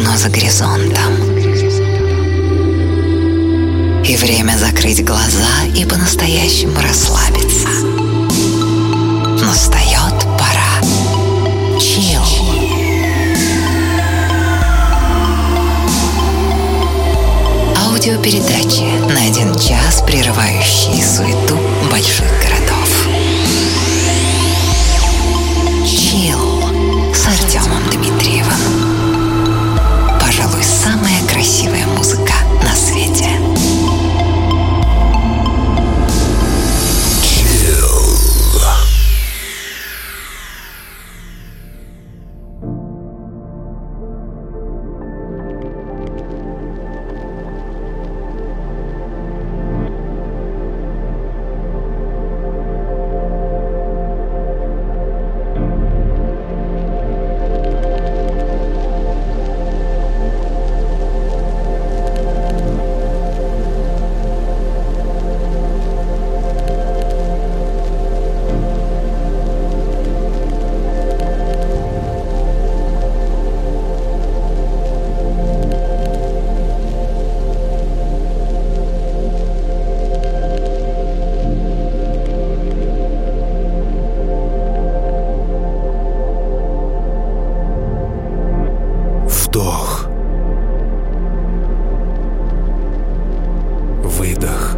давно за горизонтом. И время закрыть глаза и по-настоящему расслабиться. Настает пора. Чил. Аудиопередачи на 1 час, прерывающие суету больших городов. Чил с Артемом Дмитриевым. Пожалуй, самая красивая музыка на свете. Вдох. Выдох.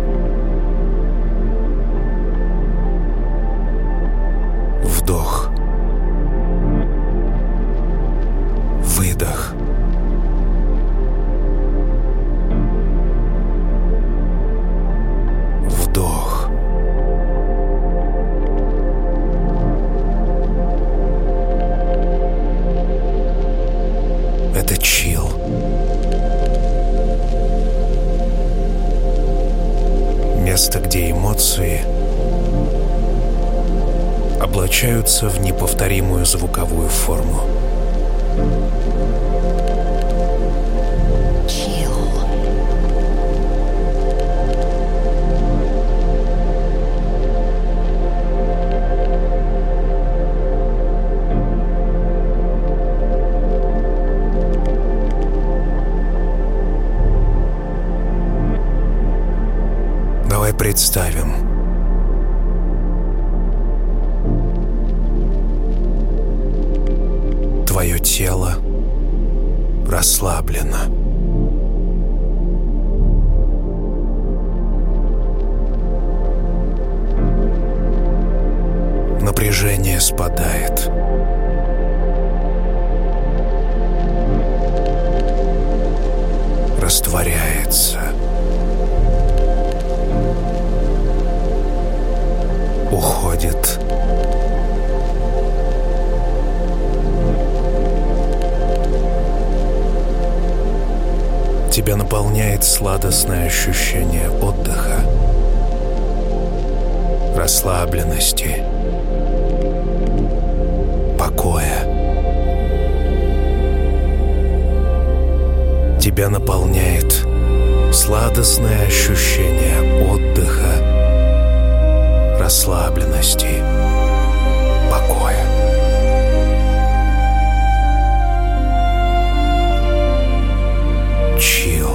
Вдох. Выдох. Вдох. Это чил. Место, где эмоции облачаются в неповторимую звуковую форму. Давай представим. Твое тело расслаблено. Напряжение спадает. Растворяется. Уходит. Тебя наполняет сладостное ощущение отдыха, расслабленности, покоя. Тебя наполняет сладостное ощущение отдыха, расслабленности, покоя. Чил.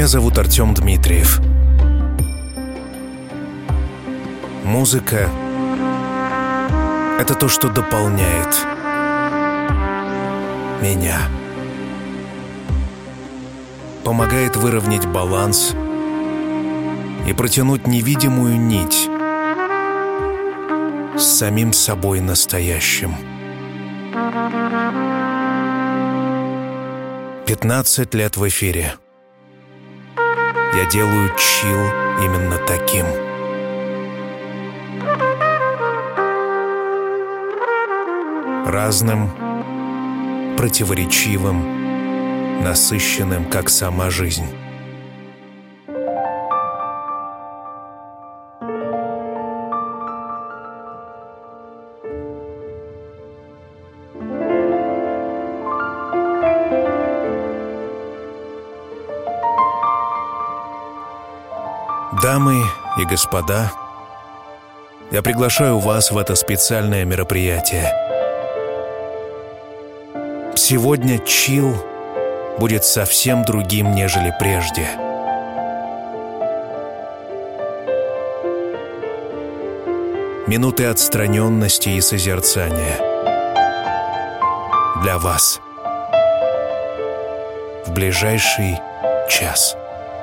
Меня зовут Артем Дмитриев. Музыка — это то, что дополняет меня. Помогает выровнять баланс и протянуть невидимую нить с самим собой настоящим. 15 лет в эфире. Я делаю чилл именно таким. Разным, противоречивым, насыщенным, как сама жизнь. Дамы и господа, я приглашаю вас в это специальное мероприятие. Сегодня чилл будет совсем другим, нежели прежде. Минуты отстраненности и созерцания для вас в ближайший час.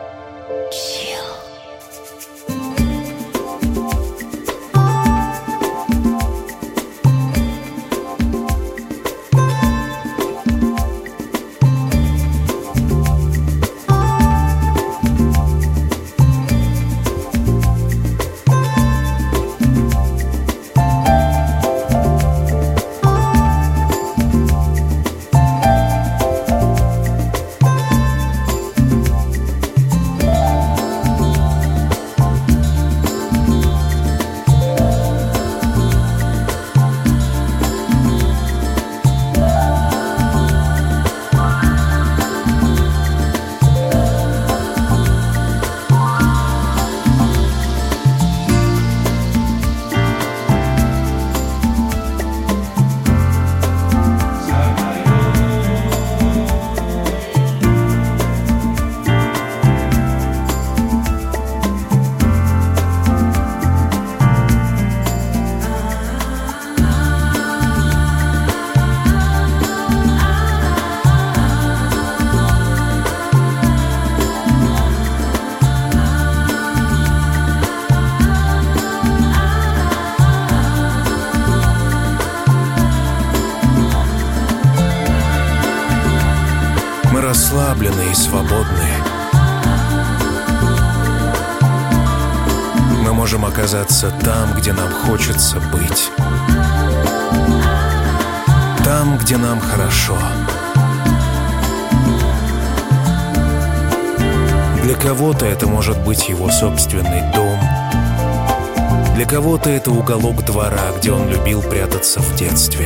Расслабленные и свободные. Мы можем оказаться там, где нам хочется быть. Там, где нам хорошо. Для кого-то это может быть его собственный дом. Для кого-то это уголок двора, где он любил прятаться в детстве.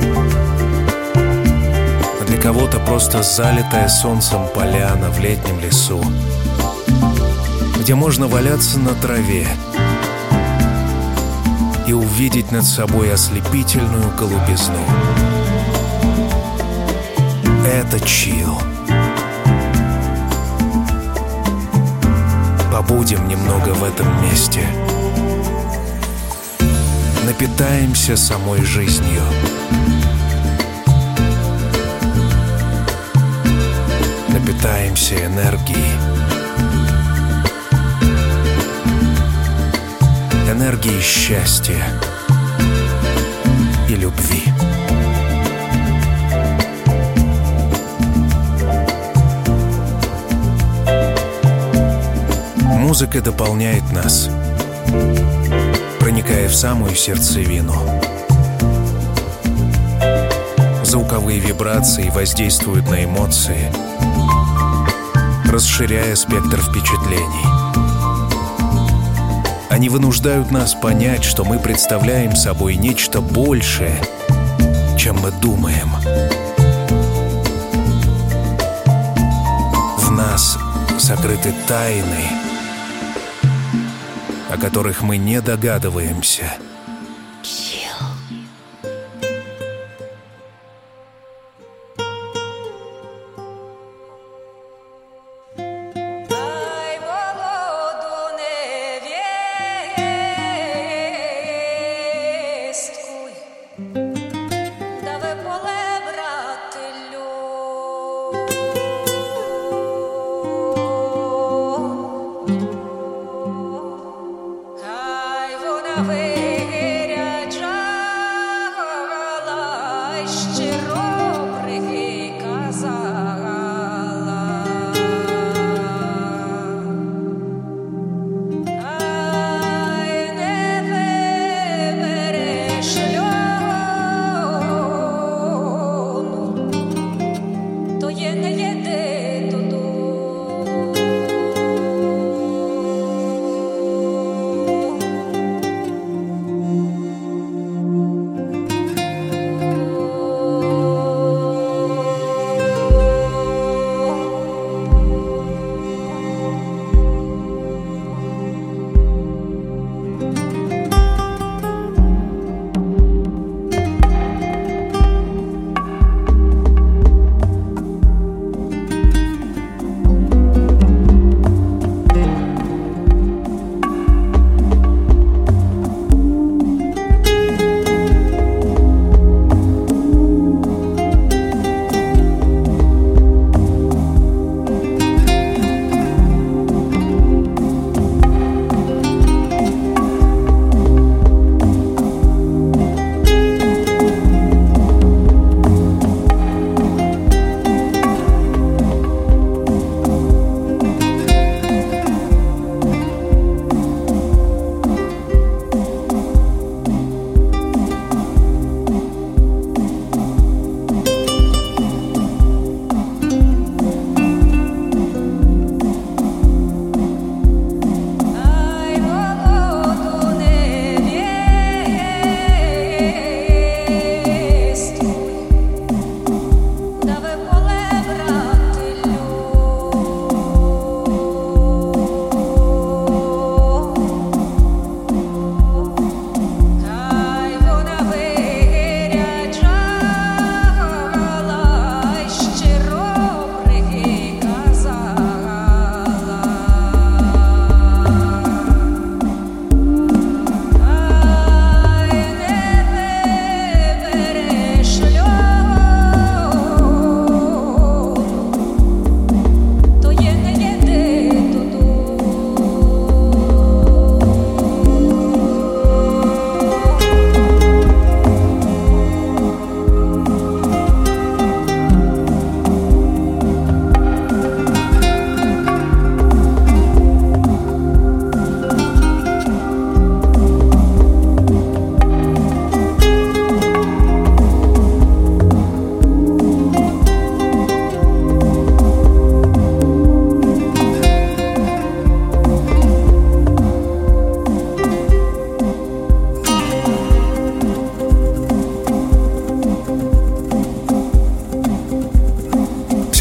Для кого-то просто залитая солнцем поляна в летнем лесу, где можно валяться на траве и увидеть над собой ослепительную голубизну. Это чилл. Побудем немного в этом месте. Напитаемся самой жизнью. Напитаемся энергией. Энергией счастья и любви. Музыка дополняет нас, проникая в самую сердцевину. Звуковые вибрации воздействуют на эмоции, расширяя спектр впечатлений. Они вынуждают нас понять, что мы представляем собой нечто большее, чем мы думаем. В нас сокрыты тайны, о которых мы не догадываемся.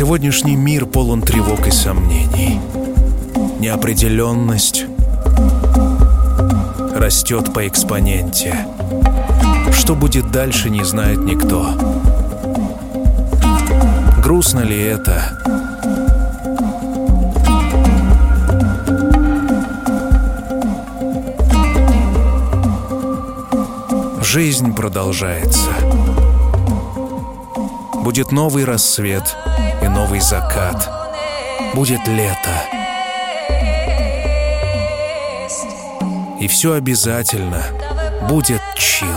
Сегодняшний мир полон тревог и сомнений. Неопределенность растет по экспоненте. Что будет дальше, не знает никто. Грустно ли это? Жизнь продолжается. Будет новый рассвет и новый закат. Будет лето. И все обязательно будет чил.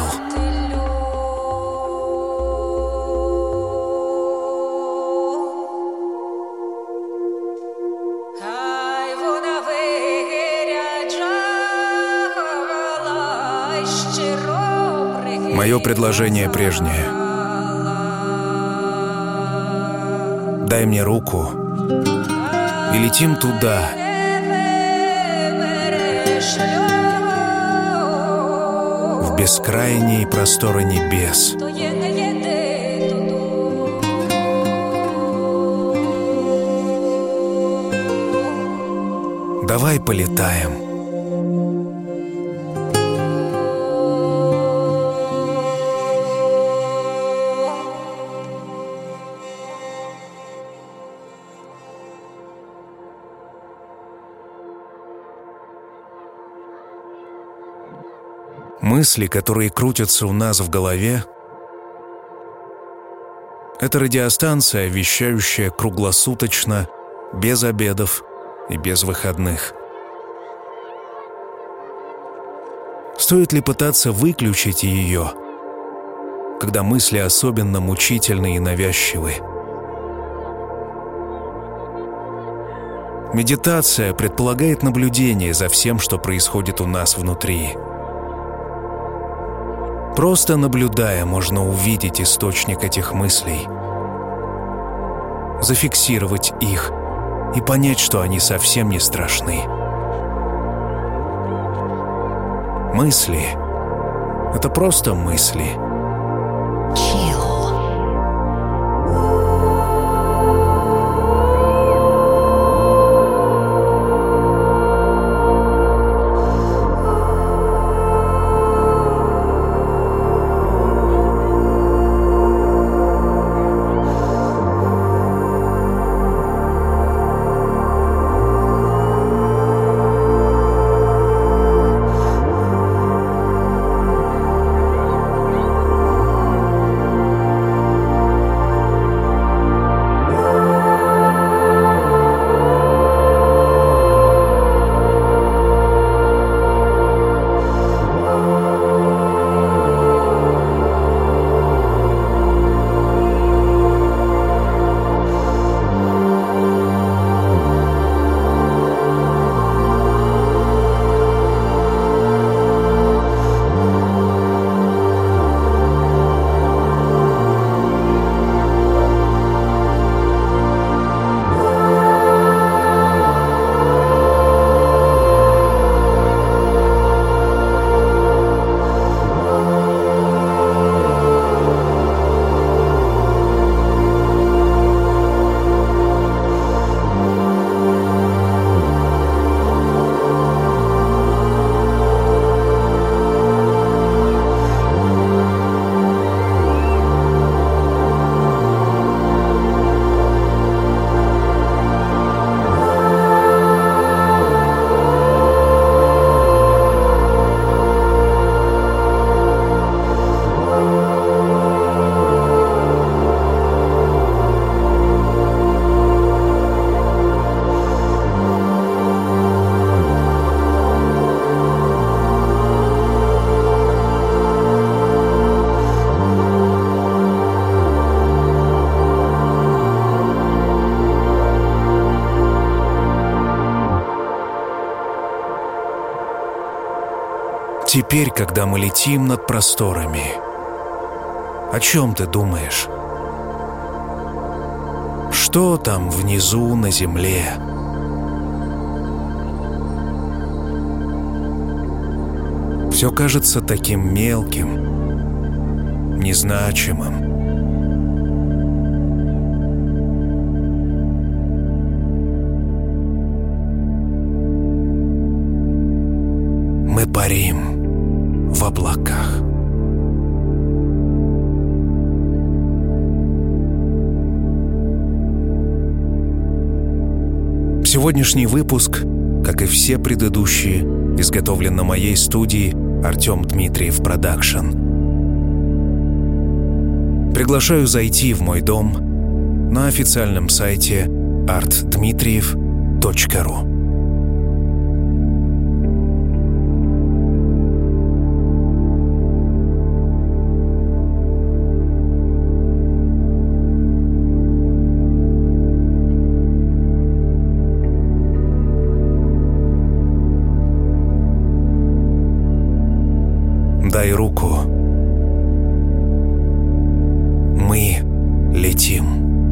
Мое предложение прежнее. Дай мне руку и летим туда. В бескрайние просторы небес. Давай полетаем. Мысли, которые крутятся у нас в голове, это радиостанция, вещающая круглосуточно, без обедов и без выходных. Стоит ли пытаться выключить ее, когда мысли особенно мучительны и навязчивы? Медитация предполагает наблюдение за всем, что происходит у нас внутри. Просто наблюдая, можно увидеть источник этих мыслей, зафиксировать их и понять, что они совсем не страшны. Мысли — это просто мысли. Теперь, когда мы летим над просторами, о чем ты думаешь? Что там внизу на земле? Все кажется таким мелким, незначимым. Сегодняшний выпуск, как и все предыдущие, изготовлен на моей студии Артем Дмитриев Продакшн. Приглашаю зайти в мой дом на официальном сайте artdmitriev.ru. Дай руку. Мы летим.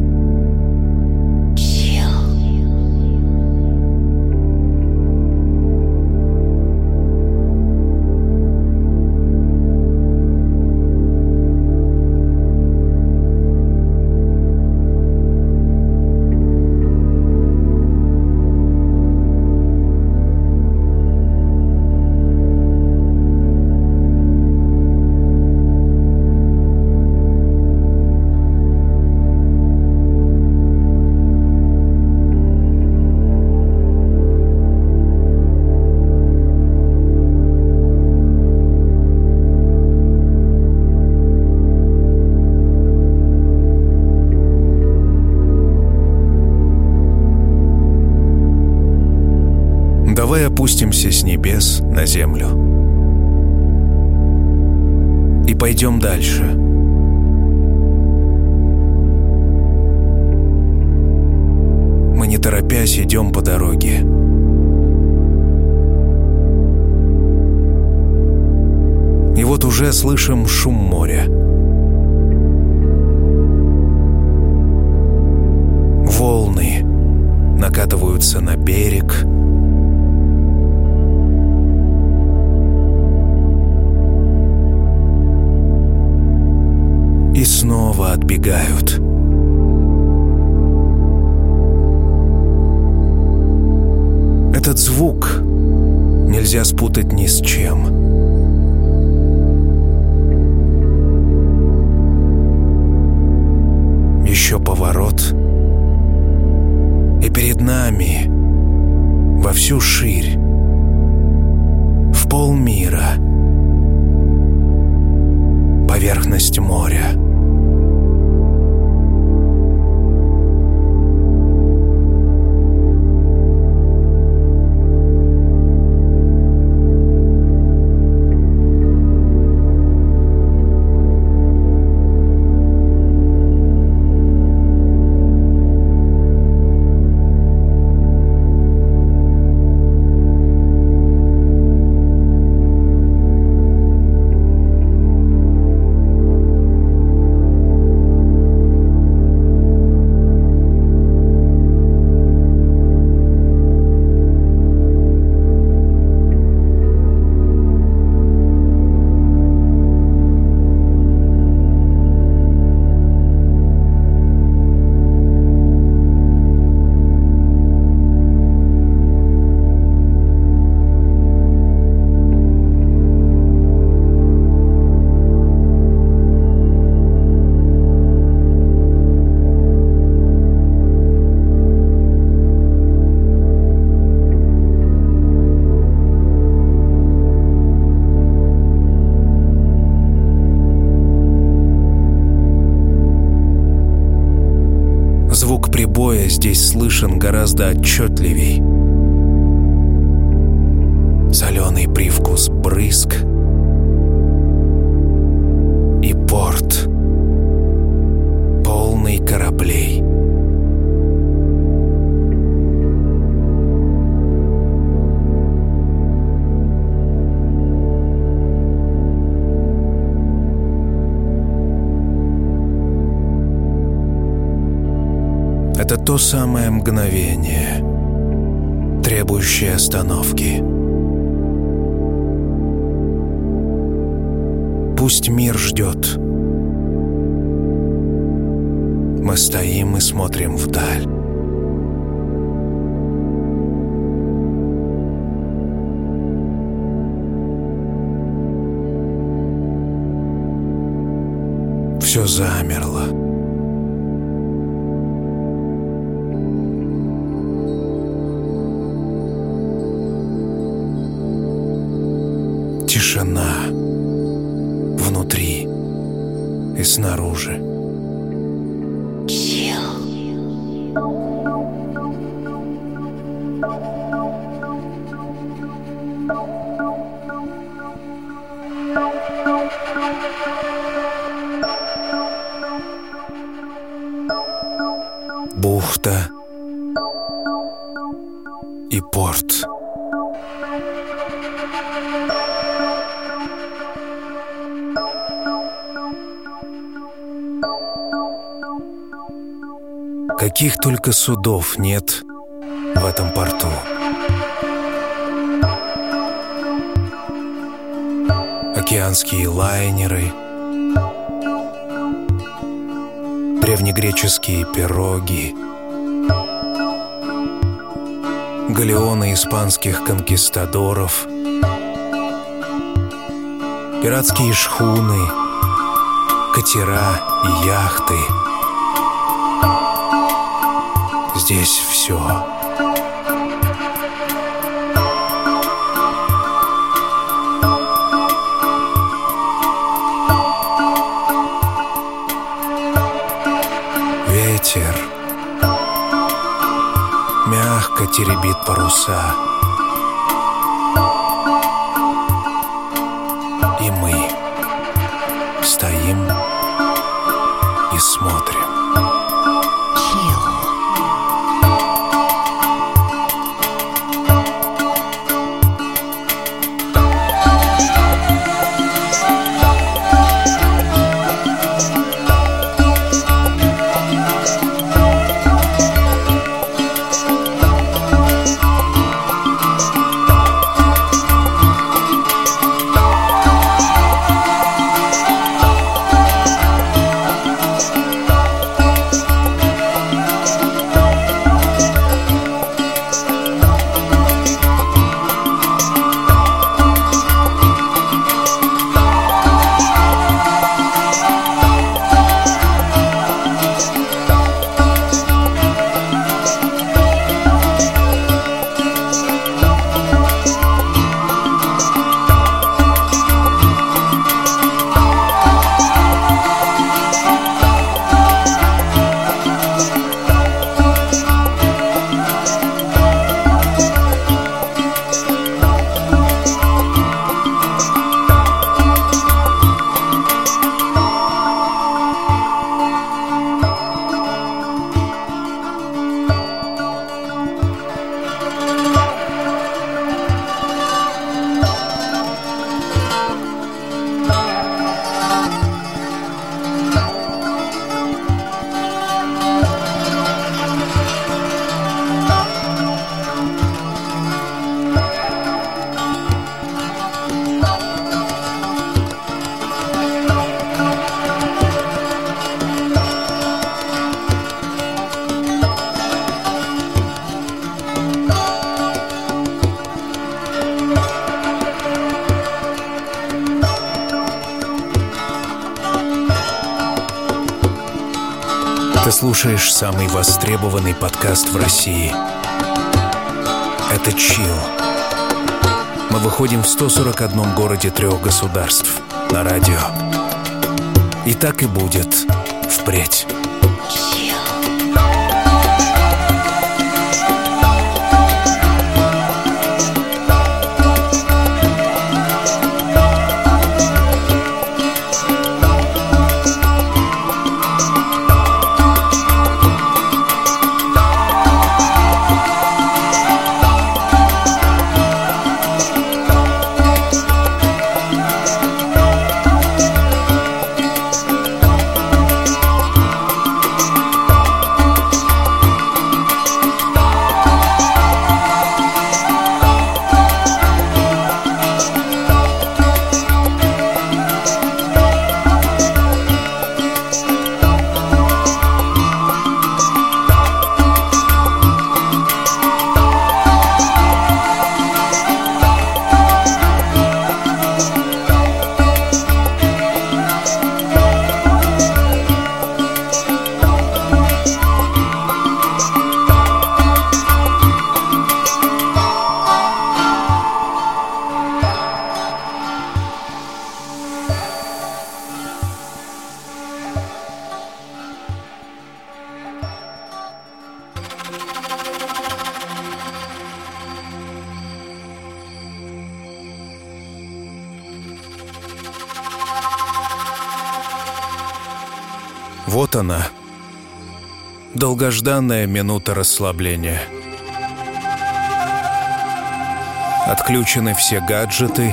Давай опустимся с небес на землю и пойдем дальше. Мы не торопясь идем по дороге. И вот уже слышим шум моря. Волны накатываются на берег. И снова отбегают. Этот звук нельзя спутать ни с чем. Еще поворот, и перед нами во всю ширь, в полмира, поверхность моря. Звук прибоя здесь слышен гораздо отчетливей. Соленый привкус брызг и порт, полный кораблей. Это то самое мгновение, требующее остановки. Пусть мир ждет. Мы стоим и смотрим вдаль. Все замерло. Тишина внутри и снаружи. Бухта и порт. Каких только судов нет в этом порту. Океанские лайнеры, древнегреческие пироги, галеоны испанских конкистадоров, пиратские шхуны, катера и яхты. Здесь все. Ветер мягко теребит паруса, и мы стоим и смотрим. Ты слушаешь самый востребованный подкаст в России. Это «Чилл». Мы выходим в 141 городе 3 государств на радио. И так и будет впредь. Вот она, долгожданная минута расслабления. Отключены все гаджеты.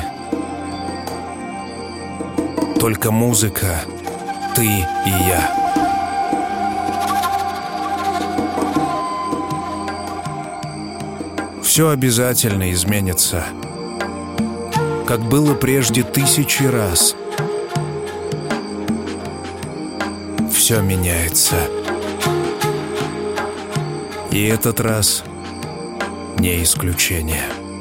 Только музыка, ты и я. Все обязательно изменится, как было прежде 1000 раз. Все меняется. И этот раз не исключение.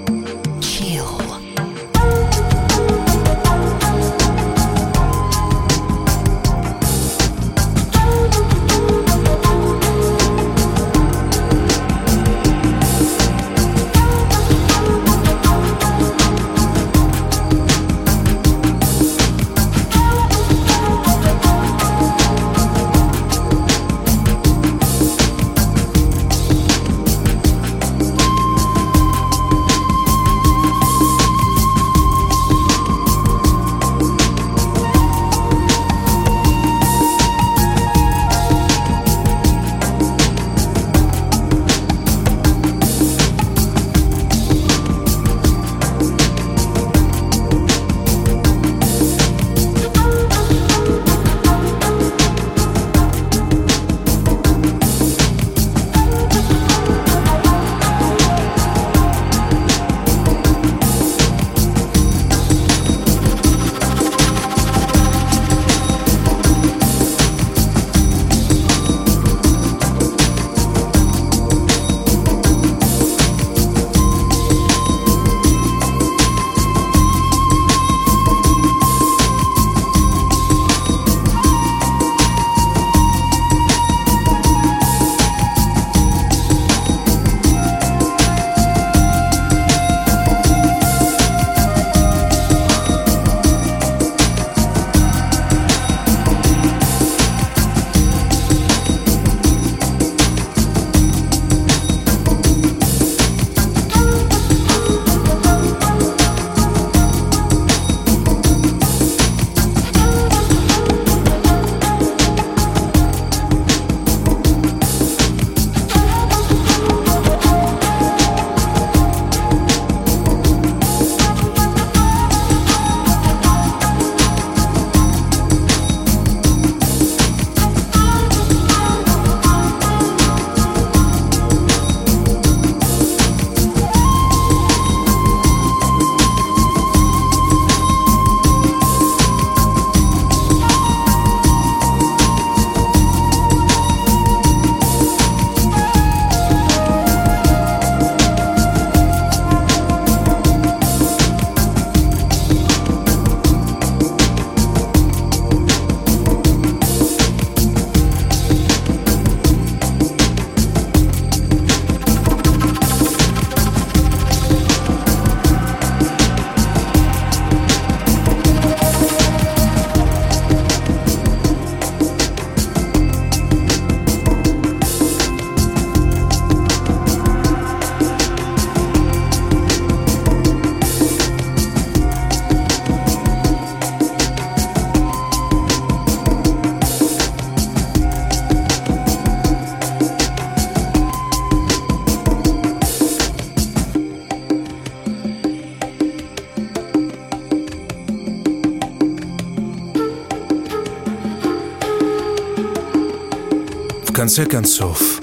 В конце концов,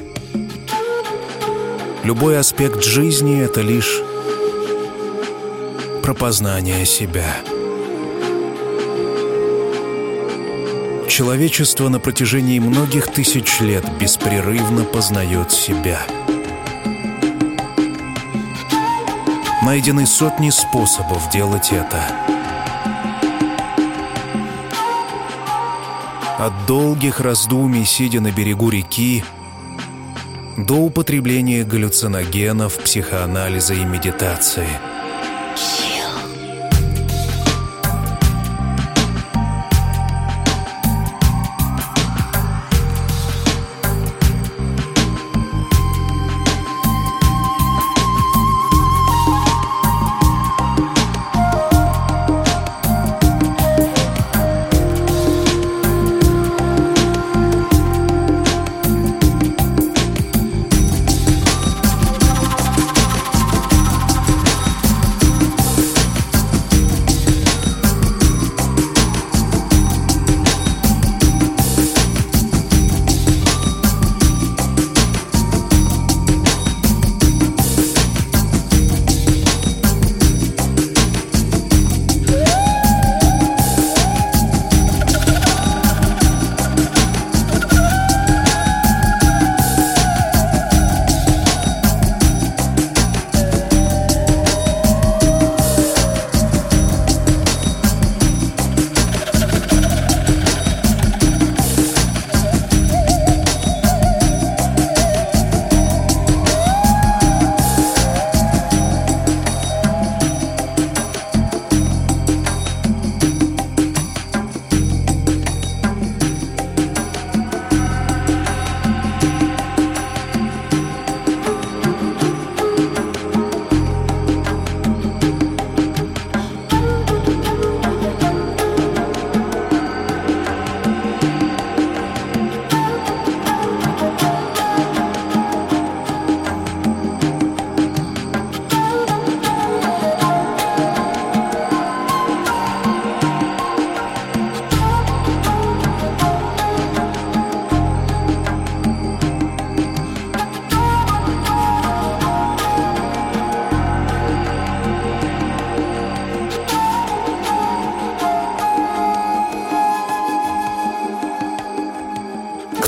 любой аспект жизни — это лишь про познание себя. Человечество на протяжении многих тысяч лет беспрерывно познает себя. Найдены сотни способов делать это. От долгих раздумий, сидя на берегу реки, до употребления галлюциногенов, психоанализа и медитации.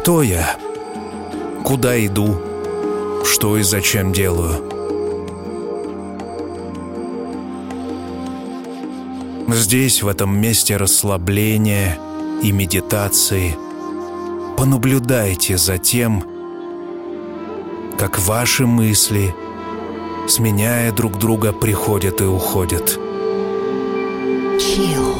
Кто я? Куда иду? Что и зачем делаю? Здесь, в этом месте расслабления и медитации, понаблюдайте за тем, как ваши мысли, сменяя друг друга, приходят и уходят. Chill.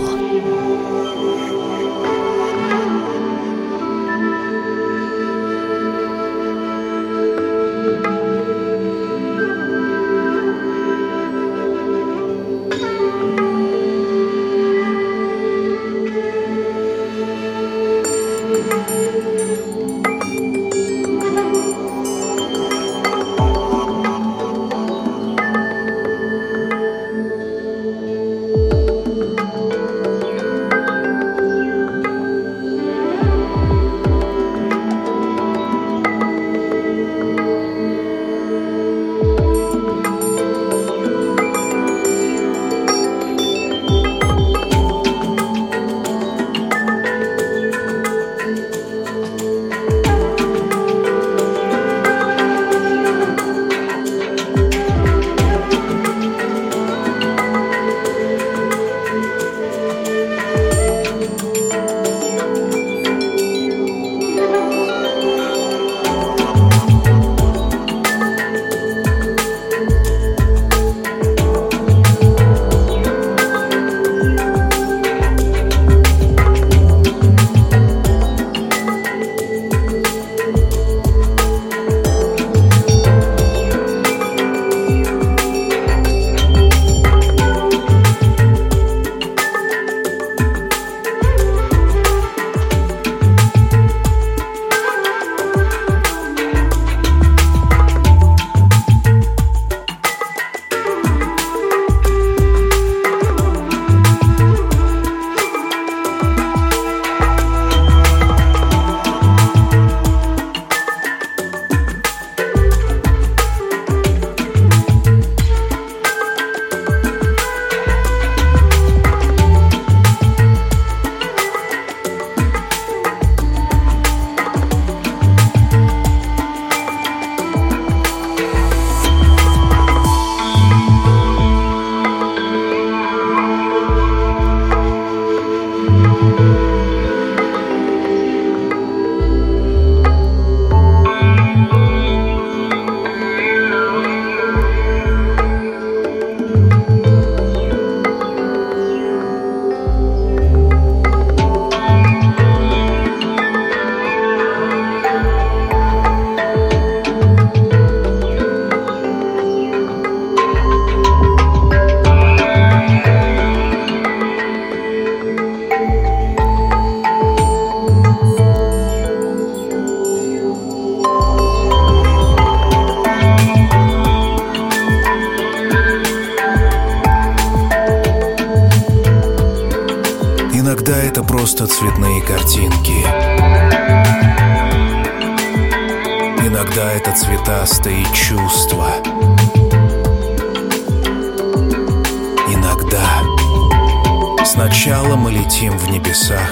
Иногда это просто цветные картинки. Иногда это цветастые чувства. Иногда сначала мы летим в небесах,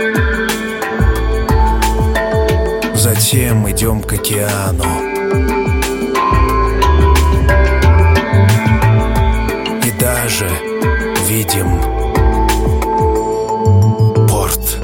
затем идем к океану, и даже видим порт.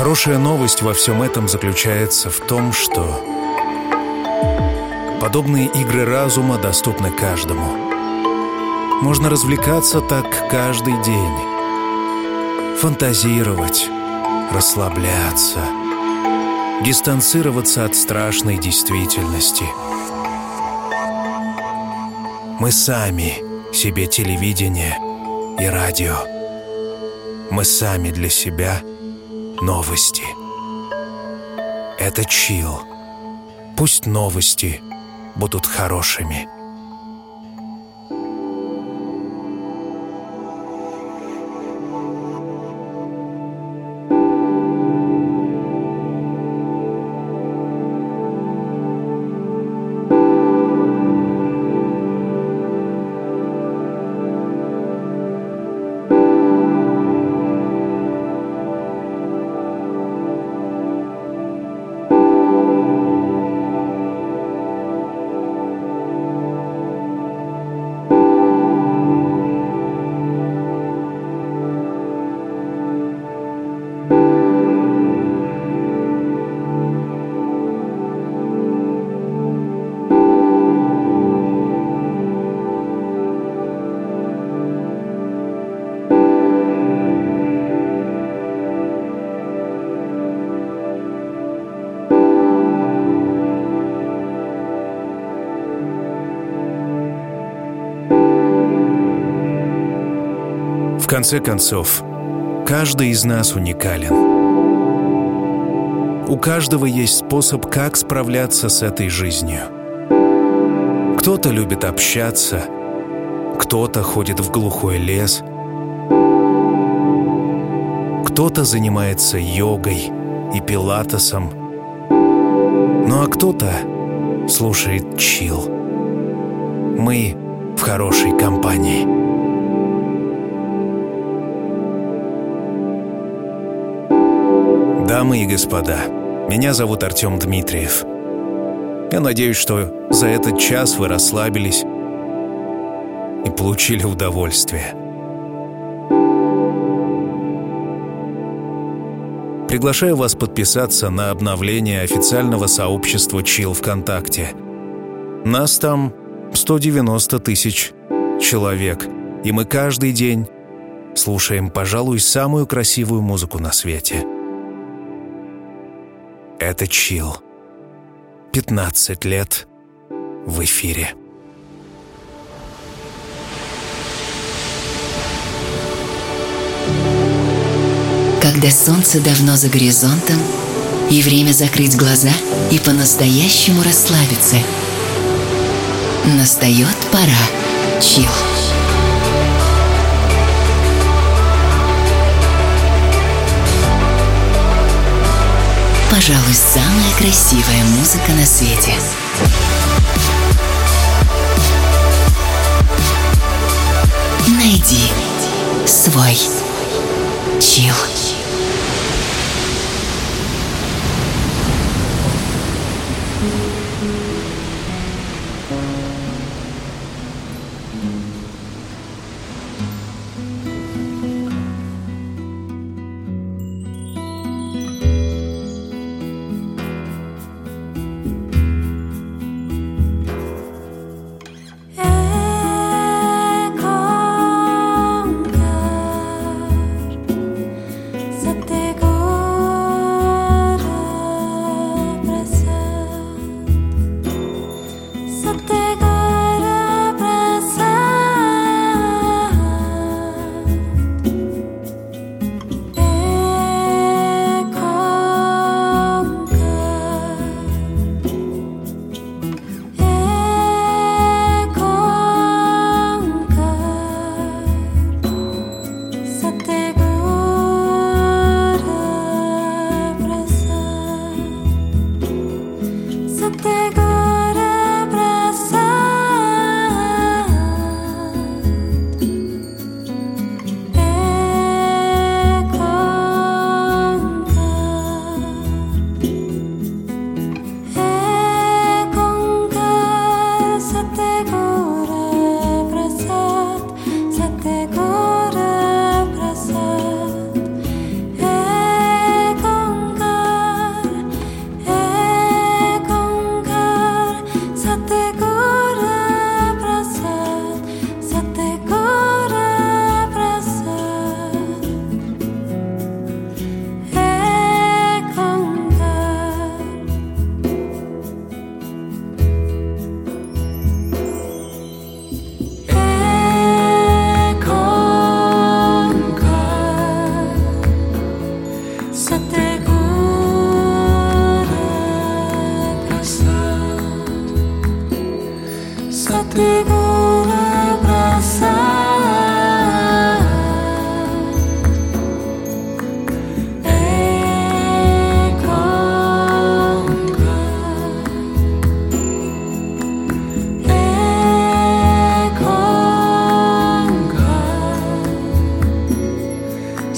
Хорошая новость во всем этом заключается в том, что подобные игры разума доступны каждому. Можно развлекаться так каждый день, фантазировать, расслабляться, дистанцироваться от страшной действительности. Мы сами себе телевидение и радио. Мы сами для себя новости. Это чил. Пусть новости будут хорошими. В конце концов, каждый из нас уникален. У каждого есть способ, как справляться с этой жизнью. Кто-то любит общаться, кто-то ходит в глухой лес, кто-то занимается йогой и пилатесом, ну а кто-то слушает чил. Мы в хорошей компании. Дамы и господа, меня зовут Артем Дмитриев. Я надеюсь, что за этот час вы расслабились и получили удовольствие. Приглашаю вас подписаться на обновление официального сообщества Chill ВКонтакте. Нас там 190 тысяч человек, и мы каждый день слушаем, пожалуй, самую красивую музыку на свете. Это чил. 15 лет в эфире. Когда солнце давно за горизонтом, и время закрыть глаза и по-настоящему расслабиться, настает пора чил. Пожалуй, самая красивая музыка на свете. Найди свой чил.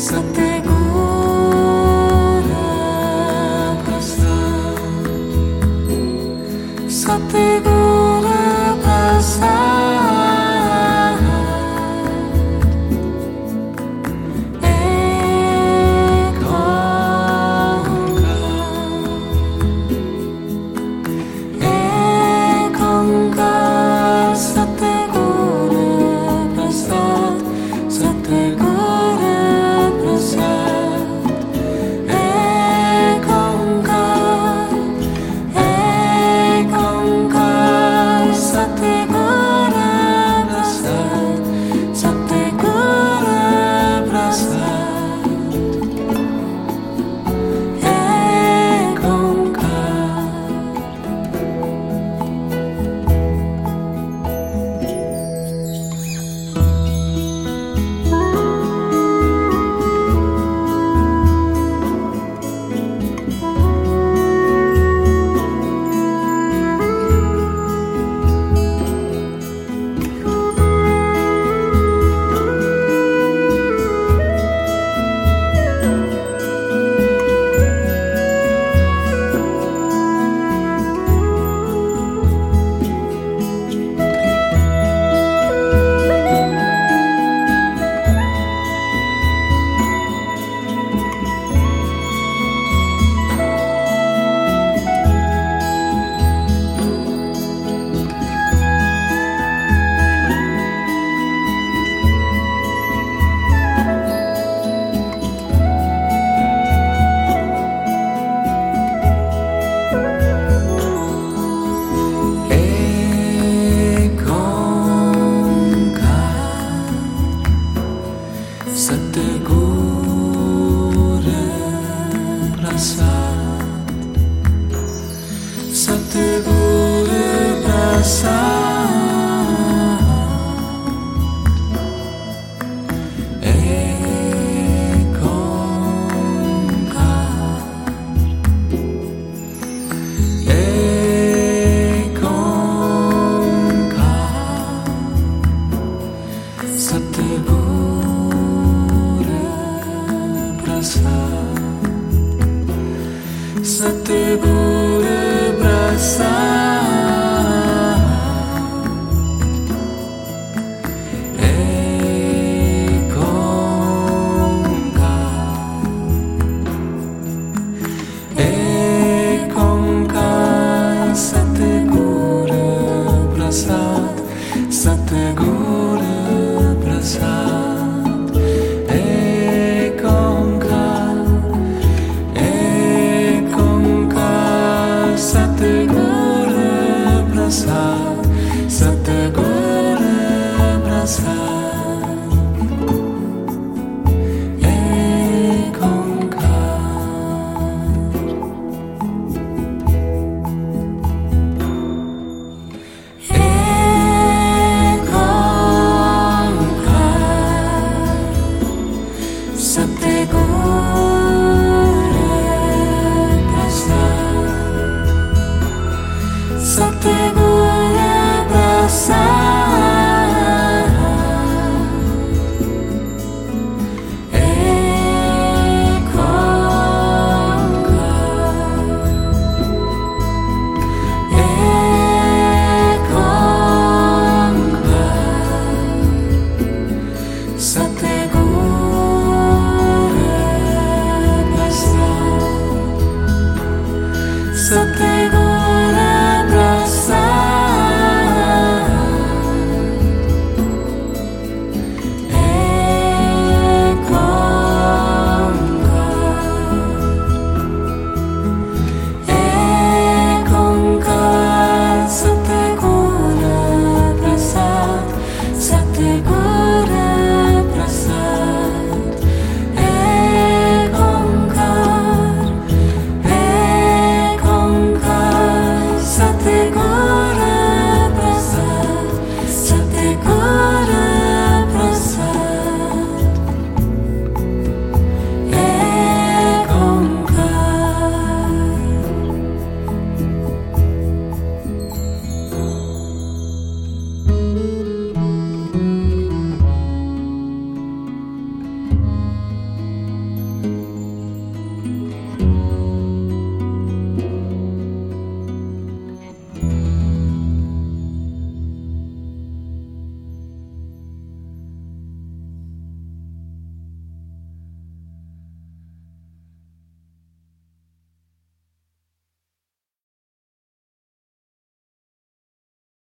Satguru